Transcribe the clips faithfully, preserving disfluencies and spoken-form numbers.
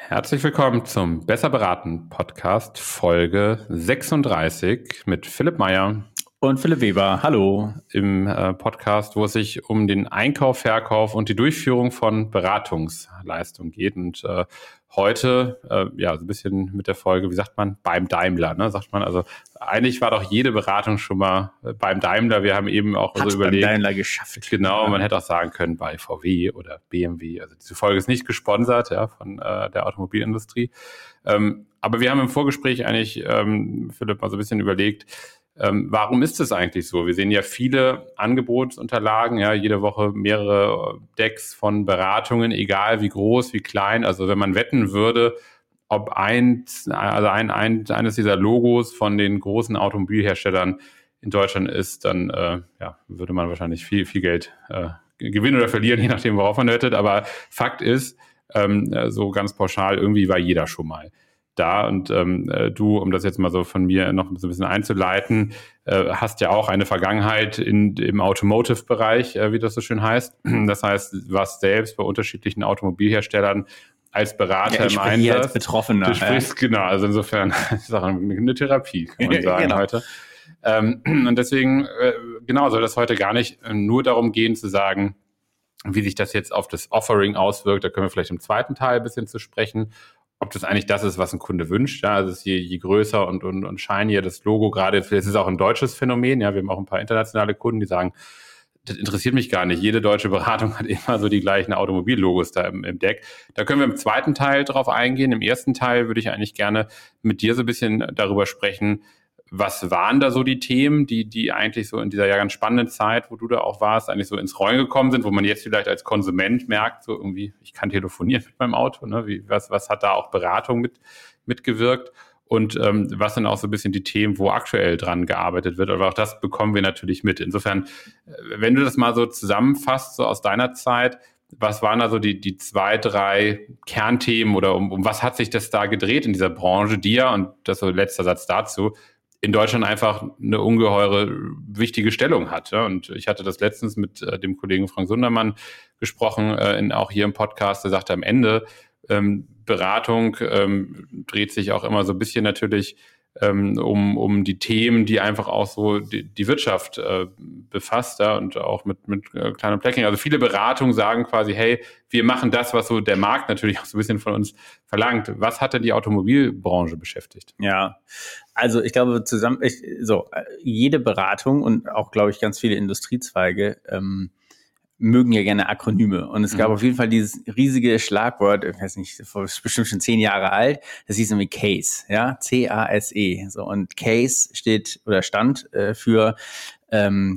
Herzlich willkommen zum Besser beraten Podcast Folge sechsunddreißig mit Philipp Meyer und Philipp Weber. Hallo. Im äh, Podcast, wo es sich um den Einkauf, Verkauf und die Durchführung von Beratungsleistungen geht. Und äh, heute, äh, ja, so ein bisschen mit der Folge, wie sagt man, beim Daimler, ne? Sagt man, also eigentlich war doch jede Beratung schon mal äh, beim Daimler. Wir haben eben auch Hat so überlegt. Beim Daimler geschafft. Genau, man hätte auch sagen können bei V W oder B M W. Also diese Folge ist nicht gesponsert, ja, von äh, der Automobilindustrie. Ähm, aber wir haben im Vorgespräch eigentlich, ähm, Philipp, mal so ein bisschen überlegt, ähm, warum ist es eigentlich so? Wir sehen ja viele Angebotsunterlagen, ja, jede Woche mehrere Decks von Beratungen, egal wie groß, wie klein. Also wenn man wetten würde, ob ein, also ein, ein, eines dieser Logos von den großen Automobilherstellern in Deutschland ist, dann äh, ja, würde man wahrscheinlich viel, viel Geld äh, gewinnen oder verlieren, je nachdem, worauf man wettet. Aber Fakt ist, ähm, so ganz pauschal, irgendwie war jeder schon mal da. Und ähm, du, um das jetzt mal so von mir noch so ein bisschen einzuleiten, äh, hast ja auch eine Vergangenheit in, im Automotive-Bereich, äh, wie das so schön heißt. Das heißt, du warst selbst bei unterschiedlichen Automobilherstellern als Berater ja, ich im Einsatz. Hier als Betroffener. Du sprichst, ja. Genau, also insofern ist auch eine Therapie, kann man sagen, genau. heute. Ähm, und deswegen, äh, genau, soll das heute gar nicht nur darum gehen, zu sagen, wie sich das jetzt auf das Offering auswirkt. Da können wir vielleicht im zweiten Teil ein bisschen zu sprechen, ob das eigentlich das ist, was ein Kunde wünscht. Ja, also je, je größer und, und, und shinier das Logo, gerade, das ist auch ein deutsches Phänomen. Ja, wir haben auch ein paar internationale Kunden, die sagen, das interessiert mich gar nicht. Jede deutsche Beratung hat immer so die gleichen Automobillogos da im, im Deck. Da können wir im zweiten Teil drauf eingehen. Im ersten Teil würde ich eigentlich gerne mit dir so ein bisschen darüber sprechen, was waren da so die Themen, die die eigentlich so in dieser ja ganz spannenden Zeit, wo du da auch warst, eigentlich so ins Rollen gekommen sind, wo man jetzt vielleicht als Konsument merkt, so irgendwie, ich kann telefonieren mit meinem Auto, ne? Wie, was, was hat da auch Beratung mit mitgewirkt? Und ähm, was sind auch so ein bisschen die Themen, wo aktuell dran gearbeitet wird? Aber auch das bekommen wir natürlich mit. Insofern, wenn du das mal so zusammenfasst, so aus deiner Zeit, was waren da so die, die zwei, drei Kernthemen oder um, um was hat sich das da gedreht in dieser Branche, die ja, und das so letzter Satz dazu, in Deutschland einfach eine ungeheure wichtige Stellung hat. Ja? Und ich hatte das letztens mit äh, dem Kollegen Frank Sundermann gesprochen, äh, in, auch hier im Podcast, der sagte am Ende, ähm, Beratung ähm, dreht sich auch immer so ein bisschen natürlich ähm, um, um die Themen, die einfach auch so die, die Wirtschaft äh, befasst, ja? Und auch mit, mit äh, kleinen Plättchen. Also viele Beratungen sagen quasi, hey, wir machen das, was so der Markt natürlich auch so ein bisschen von uns verlangt. Was hat denn die Automobilbranche beschäftigt? Ja, also ich glaube zusammen, ich, so jede Beratung und auch, glaube ich, ganz viele Industriezweige ähm, mögen ja gerne Akronyme. Und es gab mhm. auf jeden Fall dieses riesige Schlagwort, ich weiß nicht, das ist bestimmt schon zehn Jahre alt, das hieß nämlich CASE, ja, C A S E. So, und CASE steht oder stand äh, für ähm,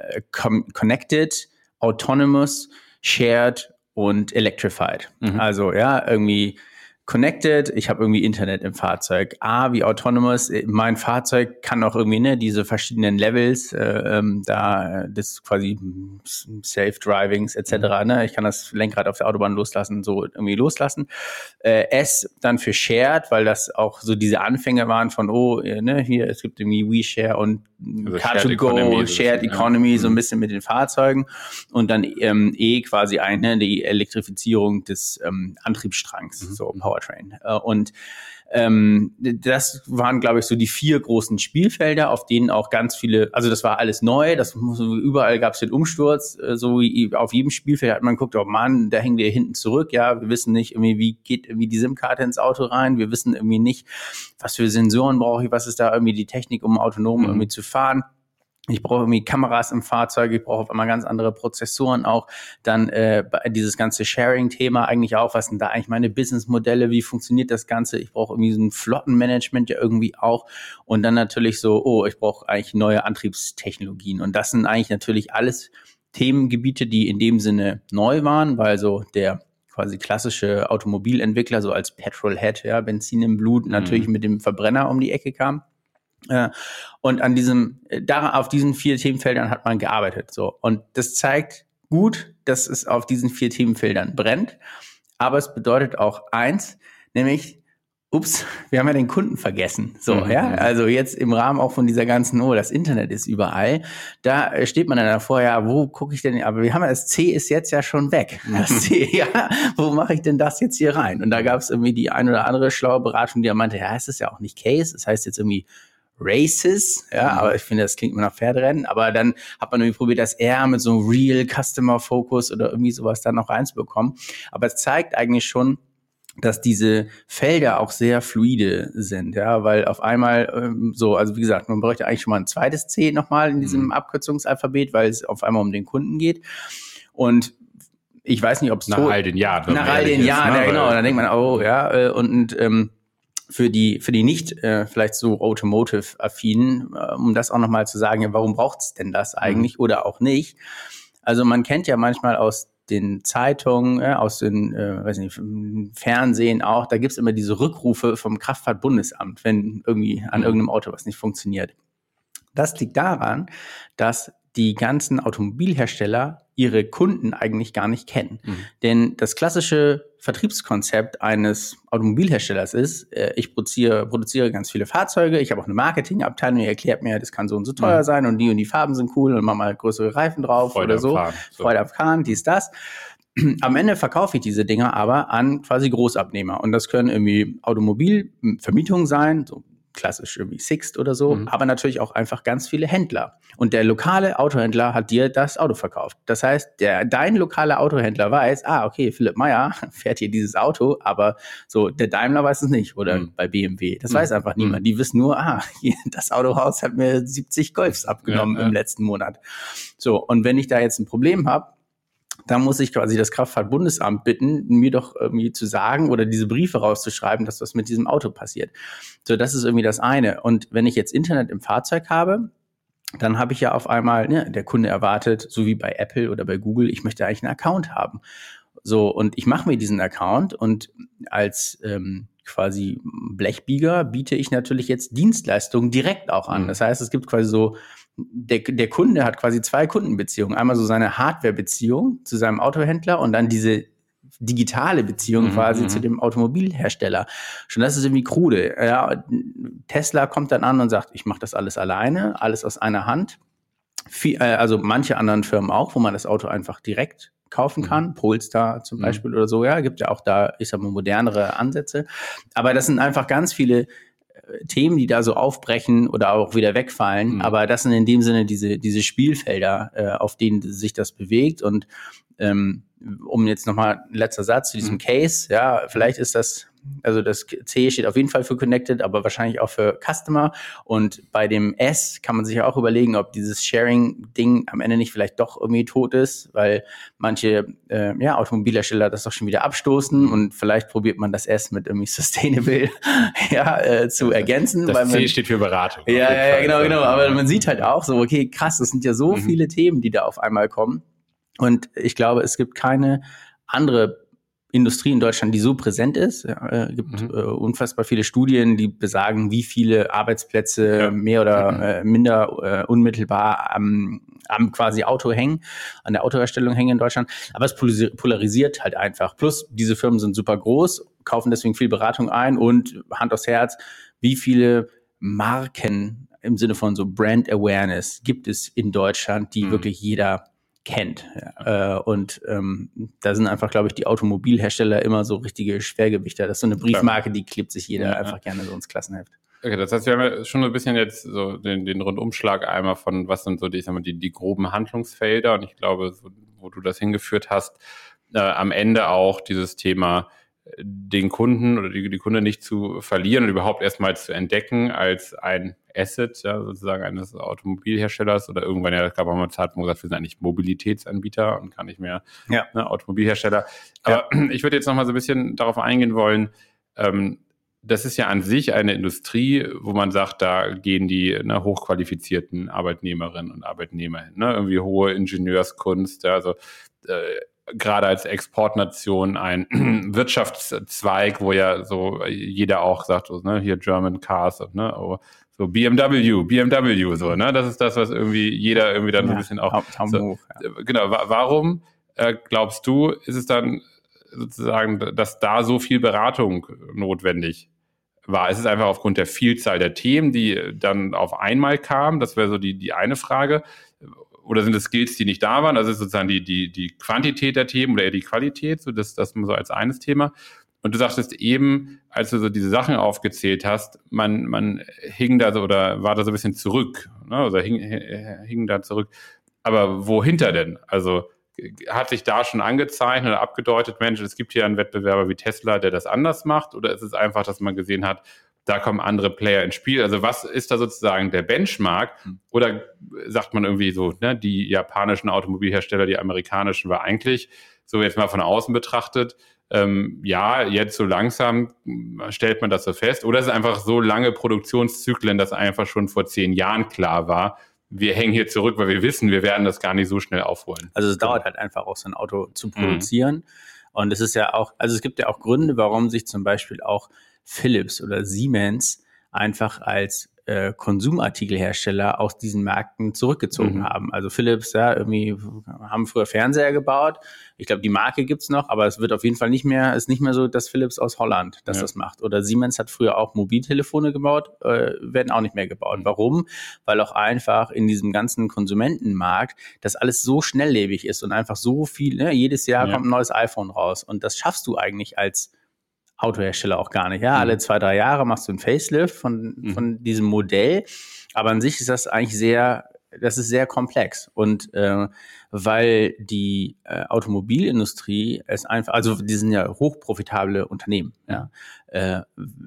Connected, Autonomous, Shared und Electrified. Mhm. Also ja, irgendwie Connected, ich habe irgendwie Internet im Fahrzeug. A, wie autonomous, mein Fahrzeug kann auch irgendwie ne diese verschiedenen Levels, äh, ähm, da das quasi Safe Drivings et cetera. Mhm. Ne, ich kann das Lenkrad auf der Autobahn loslassen, so irgendwie loslassen. Äh, S dann für Shared, weil das auch so diese Anfänge waren von oh ne hier es gibt irgendwie WeShare und also Car to Go, Shared Economy, ja. So ein bisschen mit den Fahrzeugen und dann ähm, E quasi eine die Elektrifizierung des ähm, Antriebsstrangs, mhm. so Power Train. Und ähm, das waren, glaube ich, so die vier großen Spielfelder, auf denen auch ganz viele, also das war alles neu, das überall gab es den Umsturz, so wie auf jedem Spielfeld hat man geguckt, oh Mann, da hängen wir hinten zurück, ja, wir wissen nicht irgendwie, wie geht irgendwie die SIM-Karte ins Auto rein, wir wissen irgendwie nicht, was für Sensoren brauche ich, was ist da irgendwie die Technik, um autonom mhm. irgendwie zu fahren. Ich brauche irgendwie Kameras im Fahrzeug, ich brauche auf einmal ganz andere Prozessoren auch. Dann äh, dieses ganze Sharing-Thema eigentlich auch, was sind da eigentlich meine Businessmodelle, wie funktioniert das Ganze? Ich brauche irgendwie so ein Flottenmanagement ja irgendwie auch. Und dann natürlich so, oh, ich brauche eigentlich neue Antriebstechnologien. Und das sind eigentlich natürlich alles Themengebiete, die in dem Sinne neu waren, weil so der quasi klassische Automobilentwickler so als Petrolhead, ja, Benzin im Blut, natürlich mhm. mit dem Verbrenner um die Ecke kam. Und an diesem, da auf diesen vier Themenfeldern hat man gearbeitet. So. Und das zeigt gut, dass es auf diesen vier Themenfeldern brennt. Aber es bedeutet auch eins, nämlich ups, wir haben ja den Kunden vergessen. So, Mhm. ja, also jetzt im Rahmen auch von dieser ganzen, oh, das Internet ist überall, da steht man dann davor, ja, wo gucke ich denn, aber wir haben ja, das C ist jetzt ja schon weg. Das C, ja, wo mache ich denn das jetzt hier rein? Und da gab es irgendwie die ein oder andere schlaue Beratung, die meinte, ja, es ist ja auch nicht Case, das heißt jetzt irgendwie Races, ja, mhm. aber ich finde, das klingt immer nach Pferderennen, aber dann hat man irgendwie probiert, das eher mit so einem Real Customer Focus oder irgendwie sowas dann noch reinzubekommen. Aber es zeigt eigentlich schon, dass diese Felder auch sehr fluide sind, ja, weil auf einmal ähm, so, also wie gesagt, man bräuchte eigentlich schon mal ein zweites C nochmal in diesem mhm. Abkürzungsalphabet, weil es auf einmal um den Kunden geht. Und ich weiß nicht, ob es nach all den Jahren. Nach all den Jahren, ne? Ja, genau. Und dann denkt man, oh, ja, und, und ähm, für die für die nicht äh, vielleicht so Automotive-affinen, äh, um das auch nochmal zu sagen, ja, warum braucht es denn das eigentlich mhm. oder auch nicht? Also man kennt ja manchmal aus den Zeitungen, äh, aus den, äh, weiß nicht, Fernsehen auch, da gibt's immer diese Rückrufe vom Kraftfahrtbundesamt, wenn irgendwie an mhm. irgendeinem Auto was nicht funktioniert. Das liegt daran, dass die ganzen Automobilhersteller ihre Kunden eigentlich gar nicht kennen. Mhm. Denn das klassische Vertriebskonzept eines Automobilherstellers ist, äh, ich produziere, produziere ganz viele Fahrzeuge, ich habe auch eine Marketingabteilung, die erklärt mir, das kann so und so teuer mhm. sein und die und die Farben sind cool und mach mal größere Reifen drauf Freude oder so. Fahren, so. Freude am Fahren, dies, das. Am Ende verkaufe ich diese Dinger aber an quasi Großabnehmer. Und das können irgendwie Automobilvermietungen sein, so klassisch irgendwie Sixt oder so, mhm. aber natürlich auch einfach ganz viele Händler. Und der lokale Autohändler hat dir das Auto verkauft. Das heißt, der dein lokaler Autohändler weiß, ah, okay, Philipp Meyer fährt hier dieses Auto, aber so der Daimler weiß es nicht oder mhm. bei B M W. Das mhm. weiß einfach niemand. Die wissen nur, ah, hier, das Autohaus hat mir siebzig Golfs abgenommen ja, ja. im letzten Monat. So, und wenn ich da jetzt ein Problem habe, da muss ich quasi das Kraftfahrtbundesamt bitten, mir doch irgendwie zu sagen oder diese Briefe rauszuschreiben, dass was mit diesem Auto passiert. So, das ist irgendwie das eine. Und wenn ich jetzt Internet im Fahrzeug habe, dann habe ich ja auf einmal, ne, der Kunde erwartet, so wie bei Apple oder bei Google, ich möchte eigentlich einen Account haben. So, und ich mache mir diesen Account und als ähm, quasi Blechbieger biete ich natürlich jetzt Dienstleistungen direkt auch an. Das heißt, es gibt quasi so, der, der Kunde hat quasi zwei Kundenbeziehungen. Einmal so seine Hardware-Beziehung zu seinem Autohändler und dann diese digitale Beziehung mhm, quasi m- zu dem Automobilhersteller. Schon das ist irgendwie krude. Ja, Tesla kommt dann an und sagt, ich mache das alles alleine, alles aus einer Hand. Viel, äh, also manche anderen Firmen auch, wo man das Auto einfach direkt kaufen kann, mhm. Polestar zum Beispiel mhm. oder so, ja, gibt ja auch da, ich sag mal, modernere Ansätze. Aber das sind einfach ganz viele äh, Themen, die da so aufbrechen oder auch wieder wegfallen. Mhm. Aber das sind in dem Sinne diese diese Spielfelder, äh, auf denen sich das bewegt. Und ähm, um jetzt nochmal ein letzter Satz zu diesem mhm. Case, ja, vielleicht ist das, also das C steht auf jeden Fall für Connected, aber wahrscheinlich auch für Customer. Und bei dem S kann man sich ja auch überlegen, ob dieses Sharing-Ding am Ende nicht vielleicht doch irgendwie tot ist, weil manche äh, ja, Automobilhersteller das doch schon wieder abstoßen und vielleicht probiert man das S mit irgendwie Sustainable ja, äh, zu ergänzen. Das weil C man, steht für Beratung. Ja, ja, genau, genau. Aber man sieht halt auch so, okay, krass, das sind ja so mhm. viele Themen, die da auf einmal kommen. Und ich glaube, es gibt keine andere Industrie in Deutschland, die so präsent ist. Ja, es gibt mhm. äh, unfassbar viele Studien, die besagen, wie viele Arbeitsplätze ja. mehr oder mhm. äh, minder äh, unmittelbar am, am quasi Auto hängen, an der Autoherstellung hängen in Deutschland. Aber es polarisiert halt einfach. Plus, diese Firmen sind super groß, kaufen deswegen viel Beratung ein und Hand aufs Herz, wie viele Marken im Sinne von so Brand Awareness gibt es in Deutschland, die mhm. wirklich jeder kennt. Ja. Äh, und ähm, da sind einfach, glaube ich, die Automobilhersteller immer so richtige Schwergewichter. Das ist so eine Briefmarke, die klebt sich jeder ja, einfach ja. gerne so ins Klassenheft. Okay, das heißt, wir haben ja schon so ein bisschen jetzt so den, den Rundumschlag einmal von, was sind so die, ich sag mal, die, die groben Handlungsfelder. Und ich glaube, so, wo du das hingeführt hast, äh, am Ende auch dieses Thema, den Kunden oder die, die Kunde nicht zu verlieren und überhaupt erstmal zu entdecken als ein Asset, ja, sozusagen eines Automobilherstellers oder irgendwann, ja, es gab auch mal Zeitpunkt, wo gesagt, wir sind eigentlich Mobilitätsanbieter und gar nicht mehr ja. ne, Automobilhersteller. Aber ja. ich würde jetzt noch mal so ein bisschen darauf eingehen wollen, ähm, das ist ja an sich eine Industrie, wo man sagt, da gehen die ne, hochqualifizierten Arbeitnehmerinnen und Arbeitnehmer hin, ne, irgendwie hohe Ingenieurskunst, ja, also äh, gerade als Exportnation ein Wirtschaftszweig, wo ja so jeder auch sagt, so, ne, hier German Cars, ne, oh, so B M W, B M W, so, ne, das ist das, was irgendwie jeder irgendwie dann ja, so ein bisschen auch, so, hoch, ja. genau, wa- warum äh, glaubst du, ist es dann sozusagen, dass da so viel Beratung notwendig war, ist es einfach aufgrund der Vielzahl der Themen, die dann auf einmal kamen? Das wäre so die, die eine Frage. Oder sind es Skills, die nicht da waren? Also ist sozusagen die, die, die Quantität der Themen oder eher die Qualität, so das, das so als eines Thema. Und du sagtest eben, als du so diese Sachen aufgezählt hast, man, man hing da so oder war da so ein bisschen zurück, ne? Also hing, hing da zurück. Aber wohinter denn? Also hat sich da schon angezeichnet oder abgedeutet, Mensch, es gibt hier einen Wettbewerber wie Tesla, der das anders macht? Oder ist es einfach, dass man gesehen hat, da kommen andere Player ins Spiel? Also was ist da sozusagen der Benchmark? Oder sagt man irgendwie so, ne, die japanischen Automobilhersteller, die amerikanischen, war eigentlich, so jetzt mal von außen betrachtet, ähm, ja, jetzt so langsam stellt man das so fest. Oder ist es einfach so lange Produktionszyklen, dass einfach schon vor zehn Jahren klar war, wir hängen hier zurück, weil wir wissen, wir werden das gar nicht so schnell aufholen. Also es dauert halt einfach auch, so ein Auto zu produzieren. Mhm. Und es ist ja auch, also es gibt ja auch Gründe, warum sich zum Beispiel auch Philips oder Siemens einfach als äh, Konsumartikelhersteller aus diesen Märkten zurückgezogen mhm. haben. Also Philips, ja, irgendwie haben früher Fernseher gebaut. Ich glaube, die Marke gibt's noch, aber es wird auf jeden Fall nicht mehr, ist nicht mehr so, dass Philips aus Holland das ja. das macht. Oder Siemens hat früher auch Mobiltelefone gebaut, äh, werden auch nicht mehr gebaut. Mhm. Warum? Weil auch einfach in diesem ganzen Konsumentenmarkt das alles so schnelllebig ist und einfach so viel, ne, jedes Jahr ja. kommt ein neues iPhone raus. Und das schaffst du eigentlich als Autohersteller auch gar nicht. Ja, mhm. alle zwei, drei Jahre machst du ein Facelift von, mhm. von diesem Modell. Aber an sich ist das eigentlich sehr, das ist sehr komplex. Und äh, weil die äh, Automobilindustrie es einfach, also die sind ja hochprofitable Unternehmen, ja, äh,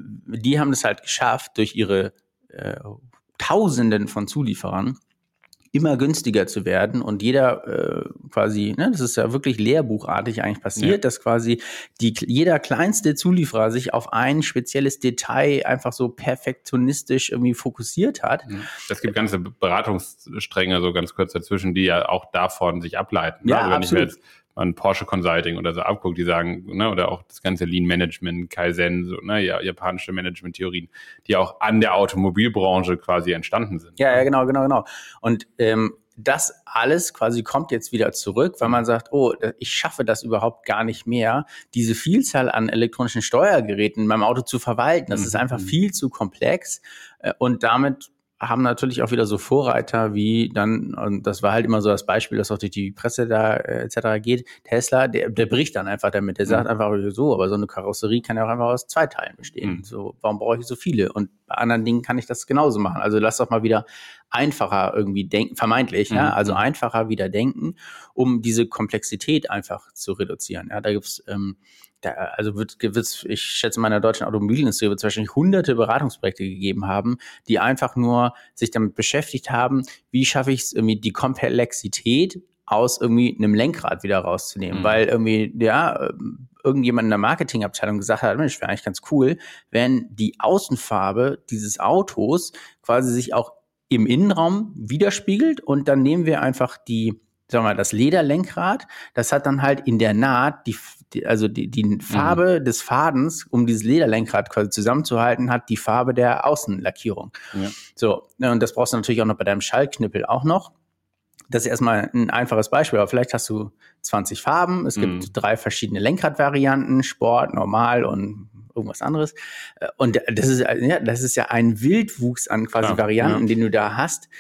die haben es halt geschafft, durch ihre äh, Tausenden von Zulieferern immer günstiger zu werden und jeder äh, quasi, ne, das ist ja wirklich lehrbuchartig eigentlich passiert, ja. dass quasi die jeder kleinste Zulieferer sich auf ein spezielles Detail einfach so perfektionistisch irgendwie fokussiert hat. Es gibt ganze Beratungsstränge, so ganz kurz dazwischen, die ja auch davon sich ableiten. Ja, also wenn absolut. ich mir jetzt an Porsche Consulting oder so abguckt, die sagen, ne, oder auch das ganze Lean Management, Kaizen, so, ne, ja, japanische Management-Theorien, die auch an der Automobilbranche quasi entstanden sind. Ja, ja, genau, genau, genau. Und ähm, das alles quasi kommt jetzt wieder zurück, weil man sagt, oh, ich schaffe das überhaupt gar nicht mehr, diese Vielzahl an elektronischen Steuergeräten in meinem Auto zu verwalten. Das mhm. ist einfach viel zu komplex äh, und damit haben natürlich auch wieder so Vorreiter wie dann, und das war halt immer so das Beispiel, das auch durch die Presse da äh, et cetera geht, Tesla, der, der bricht dann einfach damit, der sagt mhm. einfach so, aber so eine Karosserie kann ja auch einfach aus zwei Teilen bestehen. Mhm. So, warum brauche ich so viele? Und bei anderen Dingen kann ich das genauso machen. Also lass doch mal wieder einfacher irgendwie denken, vermeintlich, mhm. ja, also einfacher wieder denken, um diese Komplexität einfach zu reduzieren. Ja, da gibt's ähm, Da, also wird, wird's, ich schätze mal, in der deutschen Automobilindustrie wird es wahrscheinlich hunderte Beratungsprojekte gegeben haben, die einfach nur sich damit beschäftigt haben, wie schaffe ich es irgendwie die Komplexität aus irgendwie einem Lenkrad wieder rauszunehmen, mhm. weil irgendwie, ja, irgendjemand in der Marketingabteilung gesagt hat, Mensch, wäre eigentlich ganz cool, wenn die Außenfarbe dieses Autos quasi sich auch im Innenraum widerspiegelt und dann nehmen wir einfach die, sagen wir mal, das Lederlenkrad, das hat dann halt in der Naht die, die also die, die Farbe mhm. des Fadens, um dieses Lederlenkrad quasi zusammenzuhalten, hat die Farbe der Außenlackierung. Ja. So, und das brauchst du natürlich auch noch bei deinem Schallknüppel auch noch. Das ist erstmal ein einfaches Beispiel, aber vielleicht hast du zwanzig Farben, es gibt mhm. drei verschiedene Lenkradvarianten, Sport, Normal und irgendwas anderes. Und das ist, ja, das ist ja ein Wildwuchs an quasi ja, Varianten, ja. den du da hast.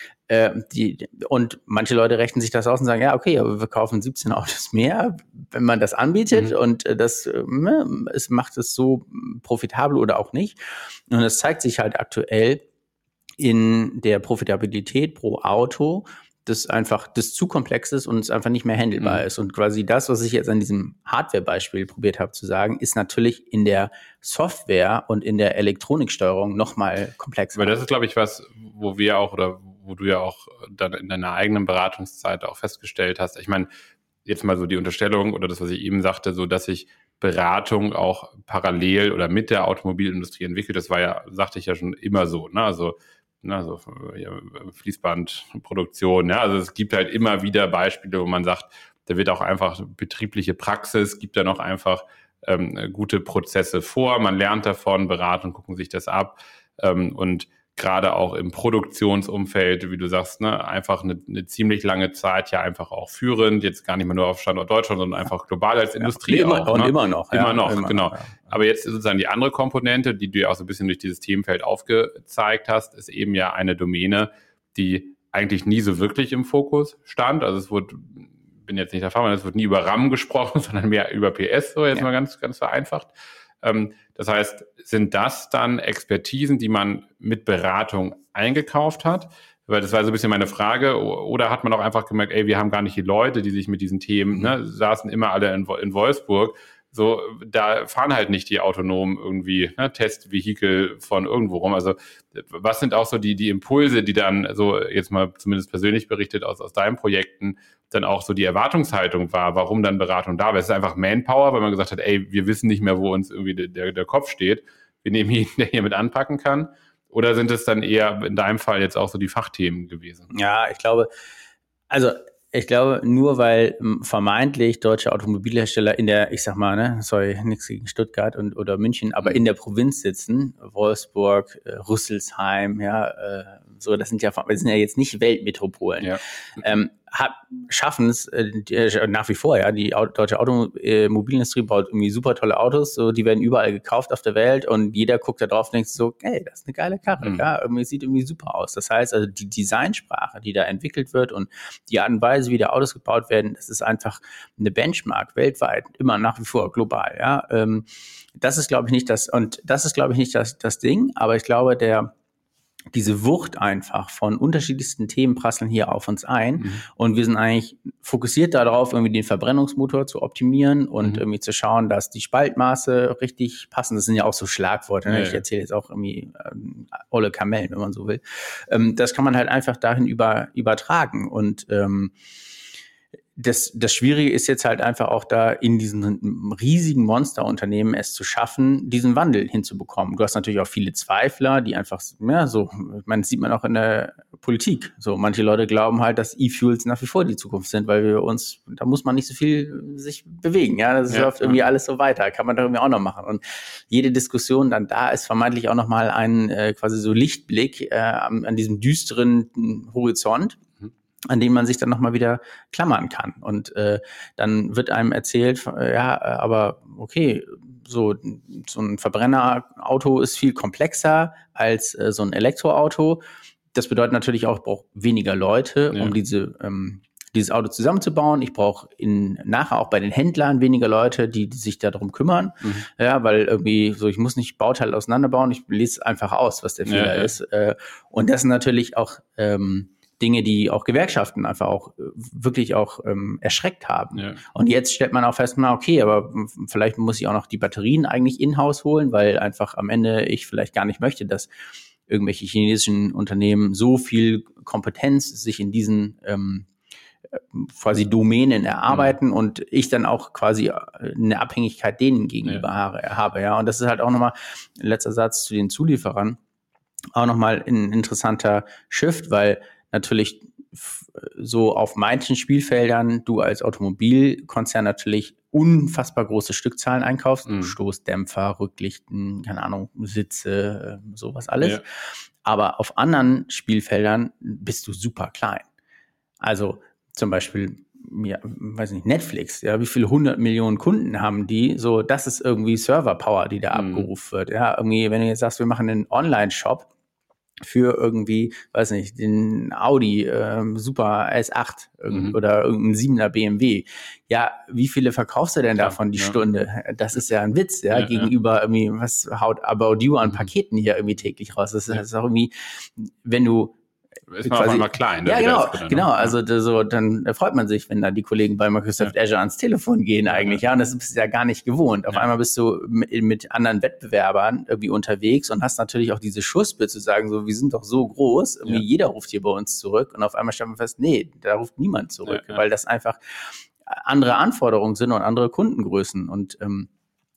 Die, und manche Leute rechnen sich das aus und sagen, ja, okay, aber wir kaufen siebzehn Autos mehr, wenn man das anbietet mhm. und das es macht es so profitabel oder auch nicht. Und das zeigt sich halt aktuell in der Profitabilität pro Auto, das einfach das zu komplex ist und es einfach nicht mehr handelbar mhm. ist. Und quasi das, was ich jetzt an diesem Hardware-Beispiel probiert habe zu sagen, ist natürlich in der Software und in der Elektroniksteuerung nochmal komplexer. Aber das ist, glaube ich, was, wo wir auch oder wo du ja auch dann in deiner eigenen Beratungszeit auch festgestellt hast. Ich meine, jetzt mal so die Unterstellung oder das, was ich eben sagte, so dass sich Beratung auch parallel oder mit der Automobilindustrie entwickelt. Das war ja, sagte ich ja schon immer so, ne? Also Na, so ja, Fließbandproduktion. Ja, also es gibt halt immer wieder Beispiele, wo man sagt, da wird auch einfach betriebliche Praxis, gibt dann auch einfach ähm, gute Prozesse vor. Man lernt davon, Beratung, gucken sich das ab. Ähm, und gerade auch im Produktionsumfeld, wie du sagst, ne, einfach eine, eine ziemlich lange Zeit ja einfach auch führend, jetzt gar nicht mehr nur auf Standort Deutschland, sondern einfach global als Industrie ja, immer, auch. Und ne? immer noch. Immer ja, noch, immer genau. Noch, ja. Aber jetzt ist sozusagen die andere Komponente, die du ja auch so ein bisschen durch dieses Themenfeld aufgezeigt hast, ist eben ja eine Domäne, die eigentlich nie so wirklich im Fokus stand. Also es wurde, bin jetzt nicht der Fachmann, es wird nie über RAM gesprochen, sondern mehr über P S, so jetzt ja. mal ganz, ganz vereinfacht. Ähm, das heißt, sind das dann Expertisen, die man mit Beratung eingekauft hat? Weil das war so ein bisschen meine Frage. Oder hat man auch einfach gemerkt, ey, wir haben gar nicht die Leute, die sich mit diesen Themen, mhm. ne, saßen immer alle in, in Wolfsburg. So, da fahren halt nicht die autonomen irgendwie ne, Testvehikel von irgendwo rum. Also was sind auch so die, die Impulse, die dann so jetzt mal zumindest persönlich berichtet aus, aus deinen Projekten dann auch so die Erwartungshaltung war, warum dann Beratung da war? Es ist einfach Manpower, weil man gesagt hat, ey, wir wissen nicht mehr, wo uns irgendwie der, der Kopf steht. Wir nehmen jeden, der hier mit anpacken kann. Oder sind es dann eher in deinem Fall jetzt auch so die Fachthemen gewesen? Ja, ich glaube, also ich glaube, nur weil vermeintlich deutsche Automobilhersteller in der, ich sag mal, ne, sorry, nichts gegen Stuttgart und oder München, aber in der Provinz sitzen, Wolfsburg, äh, Rüsselsheim, ja, äh, so, das sind ja, wir sind ja jetzt nicht Weltmetropolen. Ja. Ähm, schaffen es äh, nach wie vor, ja, die Auto, deutsche Automobilindustrie baut irgendwie super tolle Autos, so, die werden überall gekauft auf der Welt und jeder guckt da drauf und denkt so, ey, das ist eine geile Karre, mhm. ja, irgendwie sieht irgendwie super aus. Das heißt, also die Designsprache, die da entwickelt wird und die Art und Weise, wie da Autos gebaut werden, das ist einfach eine Benchmark weltweit, immer nach wie vor global, ja. Ähm, das ist, glaube ich, nicht das, und das ist, glaube ich, nicht das, das Ding, aber ich glaube, der diese Wucht einfach von unterschiedlichsten Themen prasseln hier auf uns ein mhm. und wir sind eigentlich fokussiert darauf, irgendwie den Verbrennungsmotor zu optimieren und mhm. irgendwie zu schauen, dass die Spaltmaße richtig passen. Das sind ja auch so Schlagworte. Ne? Ja, ich erzähle jetzt auch irgendwie ähm, olle Kamellen, wenn man so will. Ähm, das kann man halt einfach dahin über, übertragen und ähm, Das, das Schwierige ist jetzt halt einfach auch da in diesen riesigen Monsterunternehmen es zu schaffen, diesen Wandel hinzubekommen. Du hast natürlich auch viele Zweifler, die einfach, ja, so, man sieht man auch in der Politik. So, manche Leute glauben halt, dass E-Fuels nach wie vor die Zukunft sind, weil wir uns, da muss man nicht so viel sich bewegen. Ja, das ja, läuft irgendwie ja. alles so weiter. Kann man da irgendwie auch noch machen. Und jede Diskussion dann da ist vermeintlich auch nochmal ein äh, quasi so Lichtblick äh, an, an diesem düsteren Horizont, an dem man sich dann nochmal wieder klammern kann. Und äh, dann wird einem erzählt, äh, ja, aber okay, so, so ein Verbrennerauto ist viel komplexer als äh, so ein Elektroauto. Das bedeutet natürlich auch, ich brauche weniger Leute, ja. um diese ähm, dieses Auto zusammenzubauen. Ich brauche in nachher auch bei den Händlern weniger Leute, die, die sich darum kümmern. Mhm. Ja, weil irgendwie so, ich muss nicht Bauteile auseinanderbauen, ich lese einfach aus, was der Fehler ja, ja. ist. Äh, und das sind natürlich auch ähm, Dinge, die auch Gewerkschaften einfach auch wirklich auch ähm, erschreckt haben. Ja. Und jetzt stellt man auch fest, na okay, aber vielleicht muss ich auch noch die Batterien eigentlich in-house holen, weil einfach am Ende ich vielleicht gar nicht möchte, dass irgendwelche chinesischen Unternehmen so viel Kompetenz sich in diesen ähm, quasi Domänen erarbeiten mhm. und ich dann auch quasi eine Abhängigkeit denen gegenüber ja. habe. Ja. Und das ist halt auch nochmal, letzter Satz zu den Zulieferern, auch nochmal ein interessanter Shift, weil natürlich so auf manchen Spielfeldern du als Automobilkonzern natürlich unfassbar große Stückzahlen einkaufst, mhm. Stoßdämpfer, Rücklichten, keine Ahnung, Sitze, sowas alles. Ja. Aber auf anderen Spielfeldern bist du super klein. Also zum Beispiel, ja, weiß nicht, Netflix, ja, wie viele hundert Millionen Kunden haben die? So, das ist irgendwie Server-Power, die da mhm. abgerufen wird. Ja, irgendwie, wenn du jetzt sagst, wir machen einen Online-Shop für irgendwie, weiß nicht, den Audi äh, Super S acht mhm. oder irgendein siebener B M W. Ja, wie viele verkaufst du denn ja, davon die ja. Stunde? Das ist ja ein Witz, ja, ja gegenüber ja. irgendwie, was haut About You an Paketen hier irgendwie täglich raus? Das ist, ja. das ist auch irgendwie, wenn du ist man quasi, auf einmal klein. Ja, genau, genau. Also das, so, dann freut man sich, wenn da die Kollegen bei Microsoft ja. Azure ans Telefon gehen eigentlich. Ja, und das bist du ja gar nicht gewohnt. Auf ja. einmal bist du mit, mit anderen Wettbewerbern irgendwie unterwegs und hast natürlich auch diese Schussbe zu sagen, so, wir sind doch so groß, irgendwie ja. jeder ruft hier bei uns zurück. Und auf einmal stellt man fest, nee, da ruft niemand zurück, ja, ja. weil das einfach andere Anforderungen sind und andere Kundengrößen. Und ähm,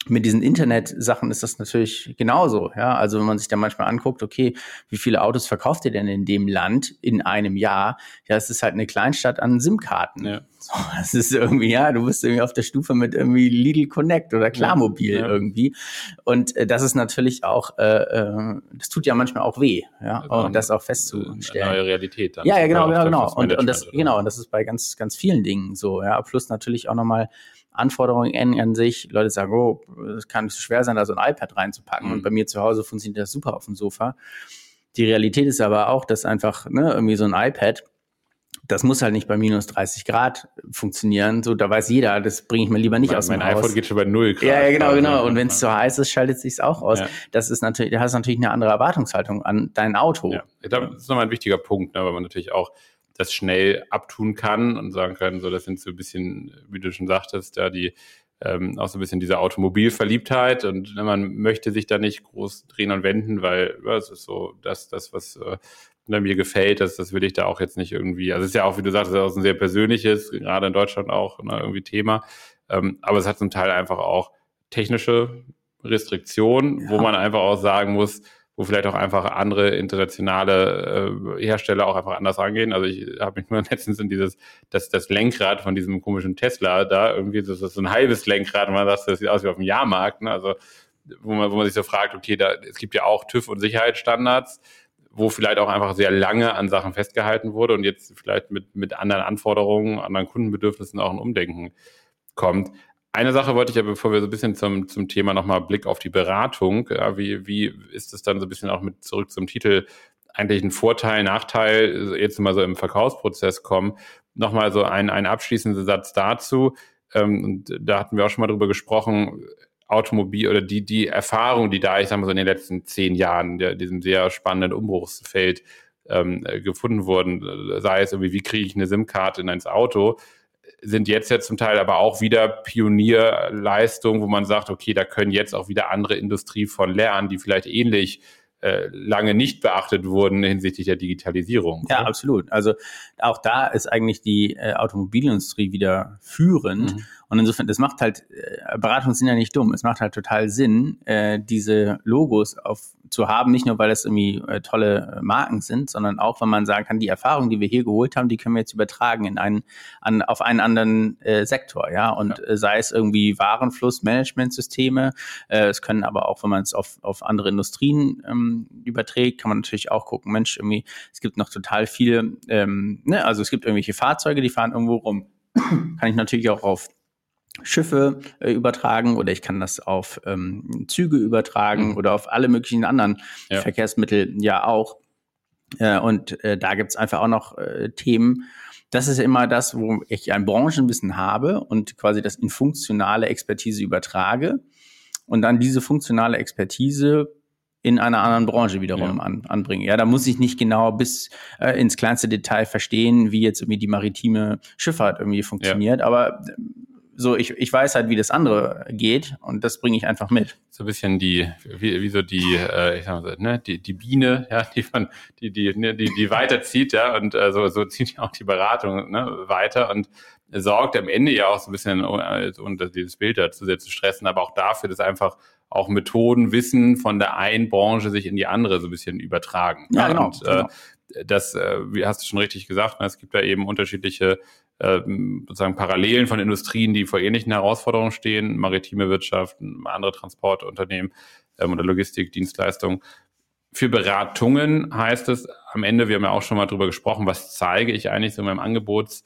Mit diesen Internet-Sachen ist das natürlich genauso, ja. Also wenn man sich da manchmal anguckt, okay, wie viele Autos verkauft ihr denn in dem Land in einem Jahr? Ja, es ist halt eine Kleinstadt an SIM-Karten. Ja. So, das ist irgendwie, ja, du bist irgendwie auf der Stufe mit irgendwie Lidl Connect oder Klarmobil ja. irgendwie. Und äh, das ist natürlich auch, äh, äh, das tut ja manchmal auch weh, ja, also und das auch festzustellen. Eine neue Realität dann. Ja, ja, genau, ja, genau. Und, und das, genau, und das ist bei ganz, ganz vielen Dingen so, ja. Plus natürlich auch nochmal Anforderungen an sich. Leute sagen, oh, es kann nicht so schwer sein, da so ein iPad reinzupacken. Mhm. Und bei mir zu Hause funktioniert das super auf dem Sofa. Die Realität ist aber auch, dass einfach ne, irgendwie so ein iPad, das muss halt nicht bei minus dreißig Grad funktionieren. So, da weiß jeder, das bringe ich mir lieber nicht mein, aus dem mein Haus. Mein iPhone geht schon bei null Grad. Ja, ja genau, genau. Und wenn es zu heiß ist, schaltet es sich auch aus. Ja. Das ist natürlich, da hast du natürlich eine andere Erwartungshaltung an dein Auto. Ja. Ich glaube, das ist nochmal ein wichtiger Punkt, ne, weil man natürlich auch das schnell abtun kann und sagen kann, so das sind so ein bisschen, wie du schon sagtest, ja, die ähm, auch so ein bisschen diese Automobilverliebtheit und ne, man möchte sich da nicht groß drehen und wenden, weil ja, es ist so das, das was äh, mir gefällt, das, das will ich da auch jetzt nicht irgendwie, also es ist ja auch, wie du sagst, auch ein sehr persönliches, gerade in Deutschland auch ne, irgendwie Thema, ähm, aber es hat zum Teil einfach auch technische Restriktionen, ja. wo man einfach auch sagen muss, wo vielleicht auch einfach andere internationale äh, Hersteller auch einfach anders rangehen. Also ich habe mich nur letztens in dieses, das, das Lenkrad von diesem komischen Tesla da, irgendwie, das ist so ein halbes Lenkrad und man sagt, das sieht aus wie auf dem Jahrmarkt, ne? Also wo man, wo man sich so fragt, okay, da es gibt ja auch TÜV und Sicherheitsstandards, wo vielleicht auch einfach sehr lange an Sachen festgehalten wurde und jetzt vielleicht mit, mit anderen Anforderungen, anderen Kundenbedürfnissen auch ein Umdenken kommt. Eine Sache wollte ich ja, bevor wir so ein bisschen zum, zum Thema nochmal Blick auf die Beratung, ja, wie, wie ist es dann so ein bisschen auch mit zurück zum Titel eigentlich ein Vorteil, Nachteil, jetzt mal so im Verkaufsprozess kommen, nochmal so ein, ein abschließender Satz dazu. Ähm, und da hatten wir auch schon mal drüber gesprochen, Automobil oder die, die Erfahrung, die da, ich sag mal so in den letzten zehn Jahren, der, diesem sehr spannenden Umbruchsfeld ähm, gefunden wurden, sei es irgendwie, wie kriege ich eine SIM-Karte in ein Auto, sind jetzt ja zum Teil aber auch wieder Pionierleistungen, wo man sagt, okay, da können jetzt auch wieder andere Industrie von lernen, die vielleicht ähnlich äh, lange nicht beachtet wurden hinsichtlich der Digitalisierung. Ja, oder? Absolut. Also auch da ist eigentlich die äh, Automobilindustrie wieder führend. Mhm. Und insofern, das macht halt, äh, Beratungen sind ja nicht dumm, es macht halt total Sinn, äh, diese Logos auf zu haben, nicht nur, weil das irgendwie äh, tolle Marken sind, sondern auch, wenn man sagen kann, die Erfahrung, die wir hier geholt haben, die können wir jetzt übertragen in einen, an, auf einen anderen äh, Sektor, ja, und ja. Äh, sei es irgendwie Warenflussmanagementsysteme, äh, es können aber auch, wenn man es auf, auf andere Industrien ähm, überträgt, kann man natürlich auch gucken, Mensch, irgendwie, es gibt noch total viele, ähm, ne, also es gibt irgendwelche Fahrzeuge, die fahren irgendwo rum, kann ich natürlich auch auf Schiffe äh, übertragen oder ich kann das auf ähm, Züge übertragen mhm. oder auf alle möglichen anderen ja. Verkehrsmittel ja auch. Äh, und äh, da gibt's einfach auch noch äh, Themen. Das ist immer das, wo ich ein Branchenwissen habe und quasi das in funktionale Expertise übertrage und dann diese funktionale Expertise in einer anderen Branche wiederum ja. an, anbringe. Ja, da muss ich nicht genau bis äh, ins kleinste Detail verstehen, wie jetzt irgendwie die maritime Schifffahrt irgendwie funktioniert, ja. aber so, ich, ich weiß halt, wie das andere geht und das bringe ich einfach mit. So ein bisschen die, wie, wie so die, äh, ich sag mal, ne, die, die Biene, ja, die man, die, die, ne, die, die weiterzieht, ja, und äh, so, so zieht ja auch die Beratung ne, weiter und sorgt am Ende ja auch so ein bisschen, und dieses Bild dazu sehr zu stressen, aber auch dafür, dass einfach auch Methoden, Wissen von der einen Branche sich in die andere so ein bisschen übertragen. Ja, genau. Und äh, genau. das, äh, wie hast du schon richtig gesagt, ne, es gibt da eben unterschiedliche sozusagen Parallelen von Industrien, die vor ähnlichen Herausforderungen stehen, maritime Wirtschaft, andere Transportunternehmen ähm, oder Logistikdienstleistungen. Für Beratungen heißt es am Ende, wir haben ja auch schon mal drüber gesprochen, was zeige ich eigentlich so in meinem Angebotsdeck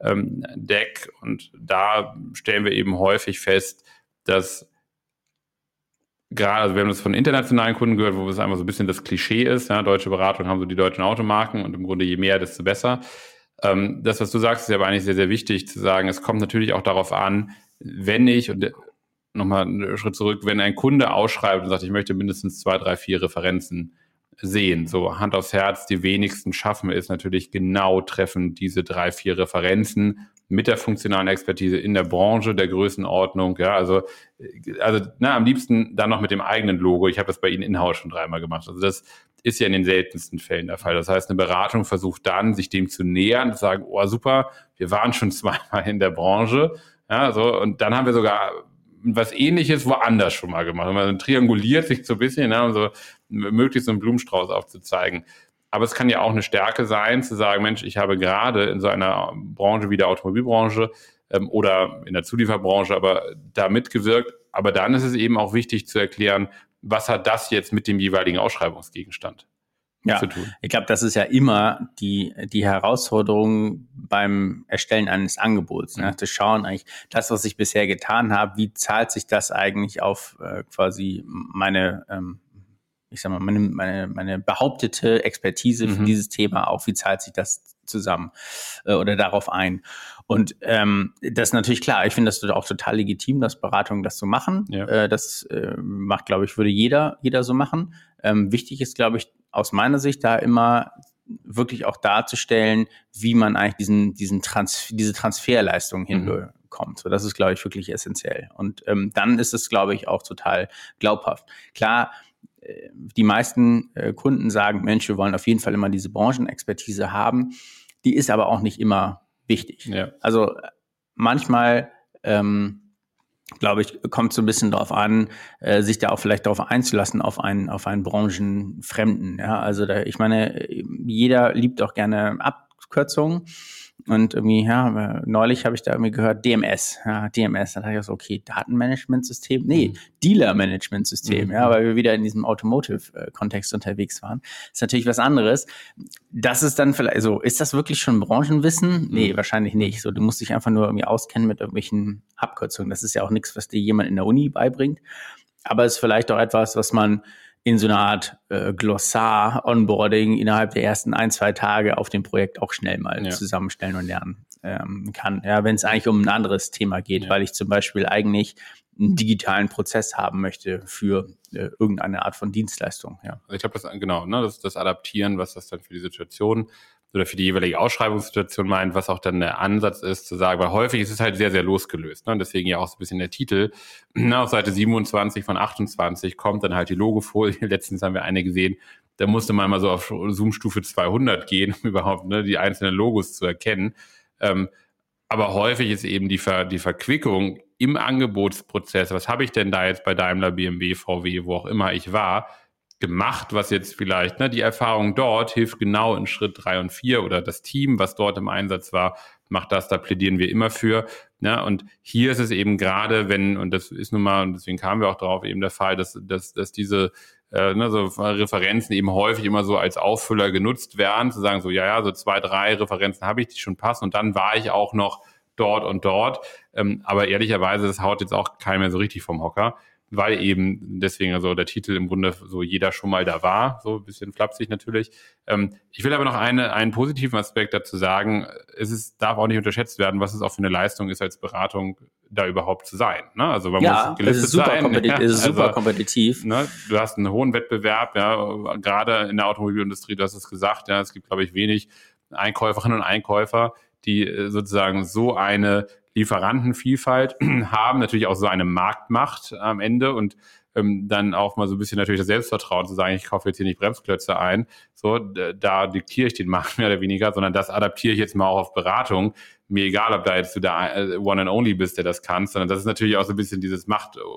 und da stellen wir eben häufig fest, dass gerade, also wir haben das von internationalen Kunden gehört, wo es einfach so ein bisschen das Klischee ist, ja, deutsche Beratung haben so die deutschen Automarken und im Grunde je mehr, desto besser. Das, was du sagst, ist aber eigentlich sehr, sehr wichtig zu sagen. Es kommt natürlich auch darauf an, wenn ich, und nochmal einen Schritt zurück, wenn ein Kunde ausschreibt und sagt, ich möchte mindestens zwei, drei, vier Referenzen sehen, so Hand aufs Herz, die wenigsten schaffen es natürlich genau treffend diese drei, vier Referenzen mit der funktionalen Expertise in der Branche, der Größenordnung, ja, also, also na, am liebsten dann noch mit dem eigenen Logo. Ich habe das bei Ihnen in-house schon dreimal gemacht. Also das ist ja in den seltensten Fällen der Fall. Das heißt, eine Beratung versucht dann, sich dem zu nähern, zu sagen, oh super, wir waren schon zweimal in der Branche, ja, so, und dann haben wir sogar was Ähnliches woanders schon mal gemacht. Man trianguliert sich so ein bisschen, ne, um so möglichst so einen Blumenstrauß aufzuzeigen. Aber es kann ja auch eine Stärke sein, zu sagen, Mensch, ich habe gerade in so einer Branche wie der Automobilbranche ähm, oder in der Zulieferbranche aber da mitgewirkt. Aber dann ist es eben auch wichtig zu erklären, was hat das jetzt mit dem jeweiligen Ausschreibungsgegenstand ja, zu tun? Ich glaube, das ist ja immer die, die Herausforderung beim Erstellen eines Angebots, ne? Zu schauen eigentlich, das, was ich bisher getan habe, wie zahlt sich das eigentlich auf äh, quasi meine ähm, ich sag mal, meine, meine, meine behauptete Expertise für mhm. dieses Thema auch, wie zahlt sich das zusammen äh, oder darauf ein. Und ähm, das ist natürlich klar, ich finde das auch total legitim, dass Beratungen das so machen. Ja. Äh, das äh, macht, glaube ich, würde jeder, jeder so machen. Ähm, wichtig ist, glaube ich, aus meiner Sicht da immer wirklich auch darzustellen, wie man eigentlich diesen, diesen Trans- diese Transferleistung mhm. hinbekommt. So, das ist, glaube ich, wirklich essentiell. Und ähm, dann ist es, glaube ich, auch total glaubhaft. Klar, die meisten äh, Kunden sagen, Mensch, wir wollen auf jeden Fall immer diese Branchenexpertise haben. Die ist aber auch nicht immer wichtig. Ja. Also manchmal, ähm, glaube ich, kommt es so ein bisschen darauf an, äh, sich da auch vielleicht darauf einzulassen, auf einen, auf einen Branchenfremden. Ja? Also da, ich meine, jeder liebt auch gerne Abkürzungen. Und irgendwie, ja, neulich habe ich da irgendwie gehört, D M S, ja, D M S, dann dachte ich auch so, okay, Datenmanagementsystem, nee, mhm. Dealer-Managementsystem, mhm. ja, weil wir wieder in diesem Automotive-Kontext unterwegs waren. Ist natürlich was anderes. Das ist dann vielleicht, so, ist das wirklich schon Branchenwissen? Nee, mhm. wahrscheinlich nicht. So, du musst dich einfach nur irgendwie auskennen mit irgendwelchen Abkürzungen. Das ist ja auch nichts, was dir jemand in der Uni beibringt. Aber es ist vielleicht auch etwas, was man in so einer Art äh, Glossar-Onboarding innerhalb der ersten ein, zwei Tage auf dem Projekt auch schnell mal ja. zusammenstellen und lernen ähm, kann. Ja, wenn es eigentlich um ein anderes Thema geht, ja. weil ich zum Beispiel eigentlich einen digitalen Prozess haben möchte für äh, irgendeine Art von Dienstleistung. Ja. Also ich glaube, das genau, ne, das, das Adaptieren, was das dann für die Situation oder für die jeweilige Ausschreibungssituation meint, was auch dann der Ansatz ist, zu sagen, weil häufig ist es halt sehr, sehr losgelöst. Ne? Und deswegen ja auch so ein bisschen der Titel. Na, auf Seite siebenundzwanzig von achtundzwanzig kommt dann halt die Logofolie. Letztens haben wir eine gesehen, da musste man mal so auf Zoom-Stufe zweihundert gehen, um überhaupt ne, die einzelnen Logos zu erkennen. Ähm, aber häufig ist eben die, Ver, die Verquickung im Angebotsprozess, was habe ich denn da jetzt bei Daimler, B M W, V W, wo auch immer ich war, gemacht, was jetzt vielleicht, ne, die Erfahrung dort hilft genau in Schritt drei und vier oder das Team, was dort im Einsatz war, macht das, da plädieren wir immer für. Ne? Und hier ist es eben gerade, wenn, und das ist nun mal, und deswegen kamen wir auch drauf, eben der Fall, dass, dass, dass diese äh, ne, so Referenzen eben häufig immer so als Auffüller genutzt werden, zu sagen so, ja, ja, so zwei, drei Referenzen habe ich, die schon passen und dann war ich auch noch dort und dort. Ähm, aber ehrlicherweise, das haut jetzt auch keiner mehr so richtig vom Hocker, weil eben deswegen also der Titel im Grunde so jeder schon mal da war, so ein bisschen flapsig natürlich. Ähm, ich will aber noch eine, einen positiven Aspekt dazu sagen, es ist, darf auch nicht unterschätzt werden, was es auch für eine Leistung ist, als Beratung da überhaupt zu sein. Ne? Also man ja, muss gelistet es ist super sein. Kompetitiv, ja, es ist super also, kompetitiv. Ne, du hast einen hohen Wettbewerb, ja, gerade in der Automobilindustrie, du hast es gesagt, ja, es gibt, glaube ich, wenig Einkäuferinnen und Einkäufer, die sozusagen so eine Lieferantenvielfalt haben, natürlich auch so eine Marktmacht am Ende und ähm, dann auch mal so ein bisschen natürlich das Selbstvertrauen zu sagen, ich kaufe jetzt hier nicht Bremsklötze ein, so, da diktiere ich den Markt mehr oder weniger, sondern das adaptiere ich jetzt mal auch auf Beratung. Mir egal, ob da jetzt du der One and Only bist, der das kannst, sondern das ist natürlich auch so ein bisschen dieses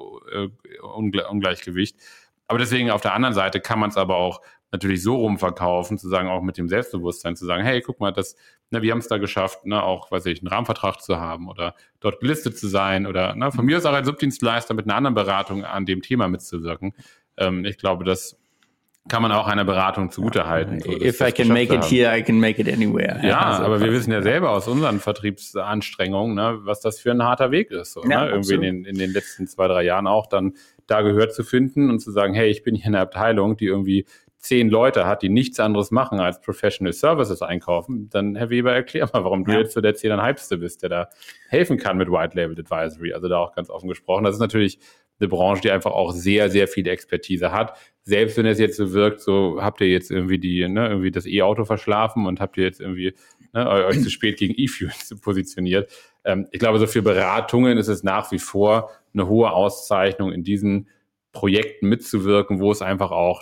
Machtungleichgewicht. Aber deswegen auf der anderen Seite kann man es aber auch natürlich so rumverkaufen, zu sagen, auch mit dem Selbstbewusstsein, zu sagen, hey, guck mal, das, ne, wir haben es da geschafft, ne, auch, weiß ich, einen Rahmenvertrag zu haben oder dort gelistet zu sein oder ne, von mir aus auch als Subdienstleister mit einer anderen Beratung an dem Thema mitzuwirken. Ähm, ich glaube, das kann man auch einer Beratung zugutehalten. So, If I can make it here, I can make it anywhere. Ja, also, aber wir wissen ja selber aus unseren Vertriebsanstrengungen, ne, was das für ein harter Weg ist. So, ja, ne? Irgendwie in den, in den letzten zwei, drei Jahren auch dann da Gehör zu finden und zu sagen, hey, ich bin hier in einer Abteilung, die irgendwie zehn Leute hat, die nichts anderes machen als Professional Services einkaufen, dann, Herr Weber, erklär mal, warum du ja. jetzt so der zehn Komma fünf bist, der da helfen kann mit White Label Advisory. Also da auch ganz offen gesprochen. Das ist natürlich eine Branche, die einfach auch sehr, sehr viel Expertise hat. Selbst wenn es jetzt so wirkt, so habt ihr jetzt irgendwie die, ne, irgendwie das E-Auto verschlafen und habt ihr jetzt irgendwie ne, euch zu spät gegen E-Fuel positioniert. Ähm, ich glaube, so für Beratungen ist es nach wie vor eine hohe Auszeichnung, in diesen Projekten mitzuwirken, wo es einfach auch eine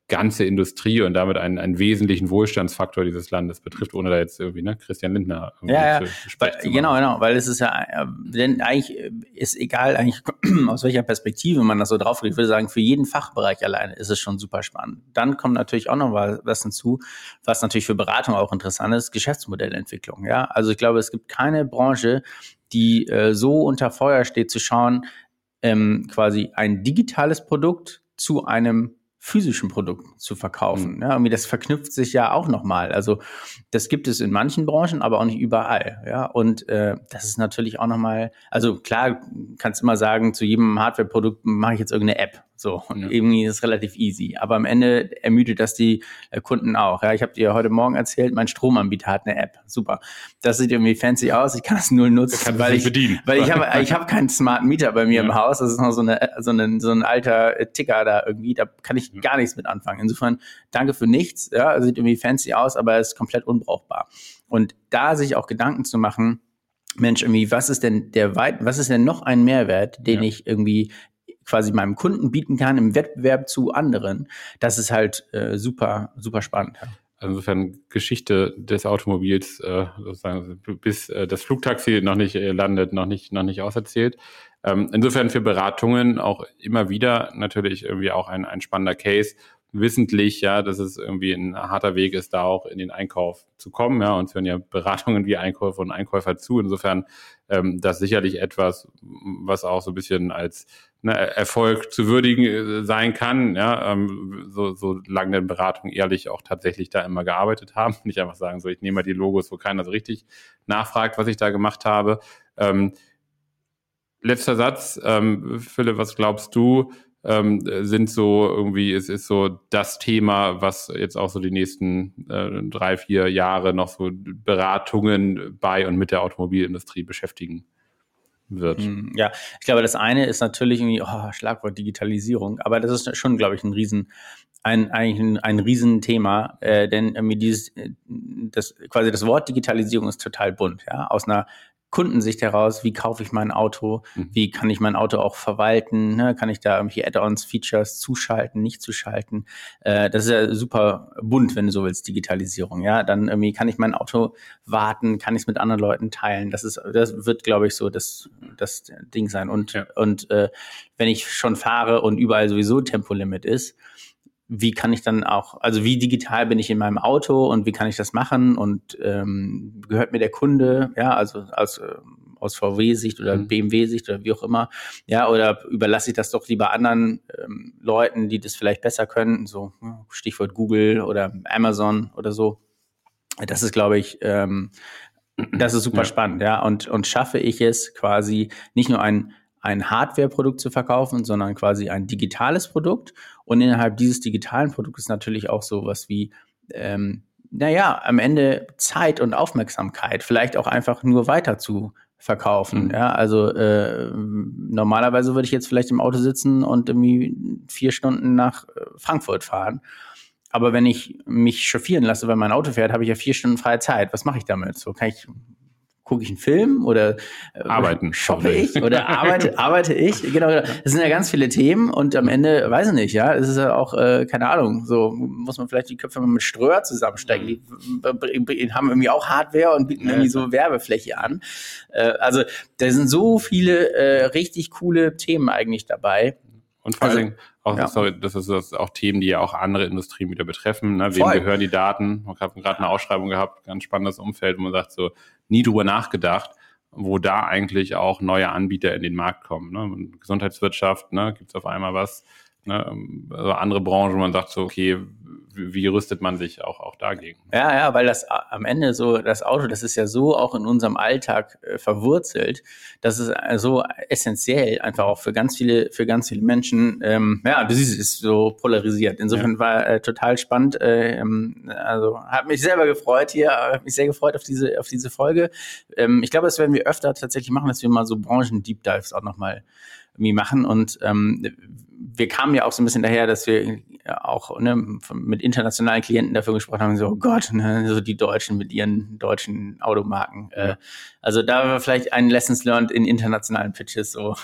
ganze Industrie und damit einen, einen wesentlichen Wohlstandsfaktor dieses Landes betrifft, ohne da jetzt irgendwie ne, Christian Lindner irgendwie ja, ja. zu, zu weil, zu genau, genau, weil es ist ja, denn eigentlich ist egal, eigentlich aus welcher Perspektive man das so drauf kriegt. Ich würde sagen, für jeden Fachbereich alleine ist es schon super spannend. Dann kommt natürlich auch noch was hinzu, was natürlich für Beratung auch interessant ist, Geschäftsmodellentwicklung. Ja, also ich glaube, es gibt keine Branche, die äh, so unter Feuer steht, zu schauen, ähm, quasi ein digitales Produkt zu einem physischen Produkt zu verkaufen. Mhm. Ja, irgendwie das verknüpft sich ja auch nochmal. Also das gibt es in manchen Branchen, aber auch nicht überall. Ja, und äh, das ist natürlich auch nochmal, also klar, kannst immer sagen, zu jedem Hardware-Produkt mache ich jetzt irgendeine App. So, ja. Irgendwie ist es relativ easy. Aber am Ende ermüdet das die äh, Kunden auch. Ja, ich habe dir heute Morgen erzählt, mein Stromanbieter hat eine App. Super. Das sieht irgendwie fancy aus. Ich kann es null nutzen, weil ich, bedienen. weil ich habe ich habe keinen Smart Meter bei mir ja. im Haus. Das ist noch so eine so ein so ein alter Ticker da irgendwie. Da kann ich ja. gar nichts mit anfangen. Insofern danke für nichts. Ja, sieht irgendwie fancy aus, aber es ist komplett unbrauchbar. Und da sich auch Gedanken zu machen, Mensch, irgendwie, was ist denn der weit, was ist denn noch ein Mehrwert, den ja. ich irgendwie quasi meinem Kunden bieten kann im Wettbewerb zu anderen, das ist halt äh, super, super spannend. Ja. Also insofern Geschichte des Automobils, äh, sozusagen, bis äh, das Flugtaxi noch nicht äh, landet, noch nicht, noch nicht auserzählt. Ähm, insofern für Beratungen auch immer wieder natürlich irgendwie auch ein, ein spannender Case, wissentlich, ja, dass es irgendwie ein harter Weg ist, da auch in den Einkauf zu kommen, ja, uns hören ja Beratungen wie Einkäufer und Einkäufer zu. Insofern ähm, das sicherlich etwas, was auch so ein bisschen als ne, Erfolg zu würdigen äh, sein kann, ja, ähm, so, so lange in Beratung ehrlich auch tatsächlich da immer gearbeitet haben. Nicht einfach sagen, so ich nehme mal die Logos, wo keiner so richtig nachfragt, was ich da gemacht habe. Ähm, letzter Satz, ähm, Philipp, was glaubst du, ähm, sind so irgendwie, es ist so das Thema, was jetzt auch so die nächsten äh, drei, vier Jahre noch so Beratungen bei und mit der Automobilindustrie beschäftigen wird? Ja, ich glaube, das eine ist natürlich irgendwie, oh, Schlagwort Digitalisierung, aber das ist schon, glaube ich, ein Riesen, ein, eigentlich ein, ein Riesenthema, äh, denn irgendwie dieses, das, quasi das Wort Digitalisierung ist total bunt, ja, aus einer Kundensicht heraus, wie kaufe ich mein Auto, mhm. wie kann ich mein Auto auch verwalten, ne? Kann ich da irgendwelche Add-ons, Features zuschalten, nicht zuschalten, äh, das ist ja super bunt, wenn du so willst, Digitalisierung, ja, dann irgendwie kann ich mein Auto warten, kann ich es mit anderen Leuten teilen, das ist, das wird, glaube ich, so das, das Ding sein und, ja. und äh, wenn ich schon fahre und überall sowieso Tempolimit ist, wie kann ich dann auch, also wie digital bin ich in meinem Auto und wie kann ich das machen und ähm, gehört mir der Kunde, ja, also aus, äh, aus V W-Sicht oder mhm. B M W-Sicht oder wie auch immer, ja, oder überlasse ich das doch lieber anderen ähm, Leuten, die das vielleicht besser können, so Stichwort Google oder Amazon oder so. Das ist, glaube ich, ähm, das ist super ja. spannend, ja, und, und schaffe ich es quasi nicht nur ein ein Hardware-Produkt zu verkaufen, sondern quasi ein digitales Produkt. Und innerhalb dieses digitalen Produktes natürlich auch sowas wie, ähm, naja, am Ende Zeit und Aufmerksamkeit, vielleicht auch einfach nur weiter zu verkaufen. Mhm. Ja, also äh, normalerweise würde ich jetzt vielleicht im Auto sitzen und irgendwie vier Stunden nach Frankfurt fahren. Aber wenn ich mich chauffieren lasse, weil mein Auto fährt, habe ich ja vier Stunden freie Zeit. Was mache ich damit? So kann ich gucke ich einen Film oder äh, arbeiten shoppe ich oder arbeite arbeite ich, genau, das sind ja ganz viele Themen und am Ende, weiß ich nicht, ja, es ist ja auch, äh, keine Ahnung, so muss man vielleicht die Köpfe mal mit Ströer zusammenstecken, die, die haben irgendwie auch Hardware und bieten irgendwie so Werbefläche an, äh, also da sind so viele äh, richtig coole Themen eigentlich dabei. Und vor also, allen Dingen auch, ja. sorry, das ist das auch Themen, die ja auch andere Industrien wieder betreffen. Ne? Wem gehören die Daten? Ich habe gerade eine Ausschreibung gehabt, ganz spannendes Umfeld, wo man sagt, so nie drüber nachgedacht, wo da eigentlich auch neue Anbieter in den Markt kommen. Ne? Gesundheitswirtschaft, ne, gibt es auf einmal was. Ne? Also andere Branchen, wo man sagt, so okay, wie, wie rüstet man sich auch, auch dagegen? Ja, ja, weil das am Ende so, das Auto, das ist ja so auch in unserem Alltag äh, verwurzelt, das ist äh, so essentiell, einfach auch für ganz viele, für ganz viele Menschen. Ähm, ja, das ist, ist so polarisiert. Insofern ja. war äh, total spannend. Äh, also hat mich selber gefreut hier, hat mich sehr gefreut auf diese, auf diese Folge. Ähm, ich glaube, das werden wir öfter tatsächlich machen, dass wir mal so Branchen-Deep Dives auch nochmal irgendwie machen und ähm, wir kamen ja auch so ein bisschen daher, dass wir auch ne, mit internationalen Klienten dafür gesprochen haben, so, oh Gott, ne, so die Deutschen mit ihren deutschen Automarken. Ja. Äh, also da war vielleicht ein Lessons learned in internationalen Pitches, so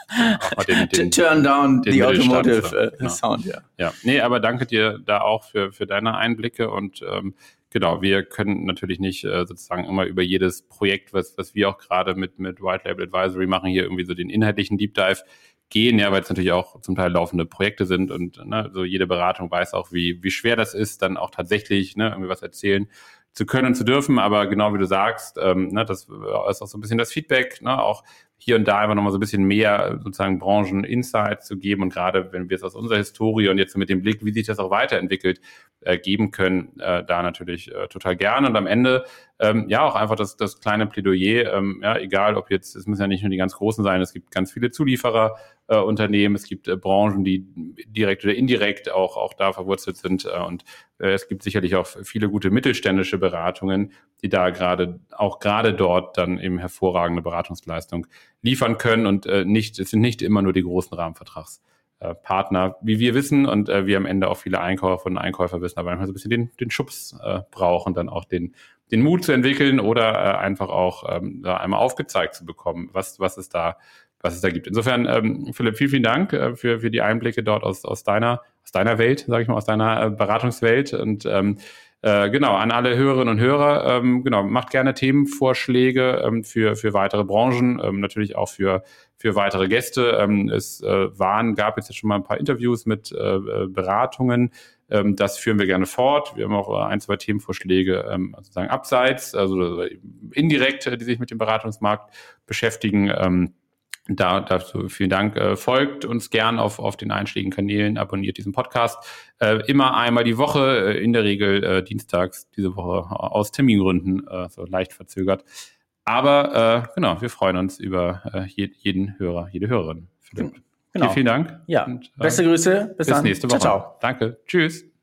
ja, den, den, turn down den the automotive so. uh, sound. Ja. ja, nee, aber danke dir da auch für, für deine Einblicke und ähm, genau, wir können natürlich nicht äh, sozusagen immer über jedes Projekt, was, was wir auch gerade mit, mit White Label Advisory machen, hier irgendwie so den inhaltlichen Deep Dive gehen, ja, weil es natürlich auch zum Teil laufende Projekte sind und ne, so jede Beratung weiß auch, wie, wie schwer das ist, dann auch tatsächlich ne, irgendwie was erzählen zu können und zu dürfen, aber genau wie du sagst, ähm, ne, das ist auch so ein bisschen das Feedback, ne, auch hier und da einfach nochmal so ein bisschen mehr sozusagen Branchen-Insights zu geben und gerade wenn wir es aus unserer Historie und jetzt mit dem Blick, wie sich das auch weiterentwickelt, äh, geben können, äh, da natürlich äh, total gerne und am Ende ähm, ja auch einfach das, das kleine Plädoyer, ähm, ja, egal ob jetzt, es müssen ja nicht nur die ganz Großen sein, es gibt ganz viele Zulieferer, äh, Unternehmen, es gibt äh, Branchen, die direkt oder indirekt auch, auch da verwurzelt sind äh, und äh, es gibt sicherlich auch viele gute mittelständische Beratungen, die da gerade, auch gerade dort dann eben hervorragende Beratungsleistung liefern können und äh, nicht, es sind nicht immer nur die großen Rahmenvertragspartner, äh, wie wir wissen und äh, wir am Ende auch viele Einkäufer und Einkäufer wissen, aber manchmal so ein bisschen den, den Schubs äh, brauchen, dann auch den, den Mut zu entwickeln oder äh, einfach auch ähm, da einmal aufgezeigt zu bekommen, was, was es da, was es da gibt. Insofern, ähm, Philipp, vielen, vielen Dank äh, für, für die Einblicke dort aus, aus deiner, aus deiner Welt, sage ich mal, aus deiner äh, Beratungswelt und ähm, Äh, genau, an alle Hörerinnen und Hörer, ähm, genau, macht gerne Themenvorschläge ähm, für, für weitere Branchen, ähm, natürlich auch für, für weitere Gäste. Ähm, es äh, waren, gab jetzt schon mal ein paar Interviews mit äh, Beratungen. Ähm, das führen wir gerne fort. Wir haben auch ein, zwei Themenvorschläge ähm, sozusagen abseits, also indirekt, die sich mit dem Beratungsmarkt beschäftigen. Ähm, Da dazu vielen Dank. Äh, folgt uns gern auf, auf den einschlägigen Kanälen, abonniert diesen Podcast. Äh, immer einmal die Woche, äh, in der Regel äh, dienstags, diese Woche aus Termingründen, äh, so leicht verzögert. Aber äh, genau, wir freuen uns über äh, jeden Hörer, jede Hörerin. Philipp. Genau. Vielen, vielen Dank. Ja, und, äh, beste Grüße. Bis, bis dann. nächste Woche. Ciao, ciao. Danke. Tschüss.